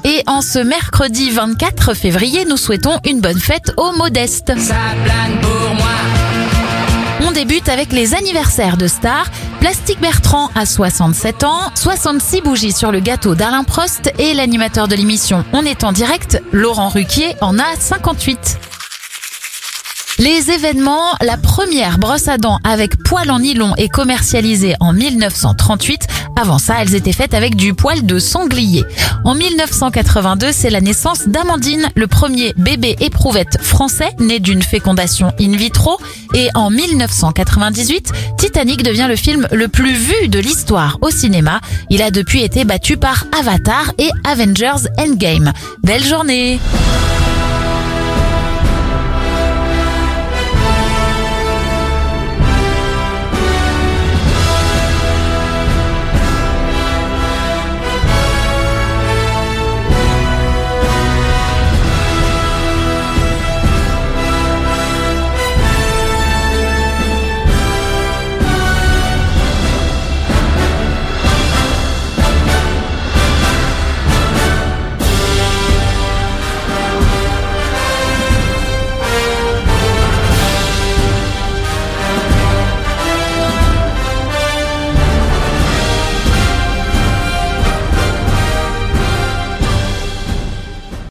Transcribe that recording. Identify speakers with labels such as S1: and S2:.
S1: Et en ce mercredi 24 février, nous souhaitons une bonne fête aux modestes.
S2: Ça plane pour moi.
S1: On débute avec les anniversaires de stars. Plastique Bertrand a 67 ans, 66 bougies sur le gâteau d'Alain Prost et l'animateur de l'émission On est en direct, Laurent Ruquier, en a 58. Les événements, la première brosse à dents avec poil en nylon est commercialisée en 1938. Avant ça, elles étaient faites avec du poil de sanglier. En 1982, c'est la naissance d'Amandine, le premier bébé éprouvette français né d'une fécondation in vitro. Et en 1998, Titanic devient le film le plus vu de l'histoire au cinéma. Il a depuis été battu par Avatar et Avengers Endgame. Belle journée!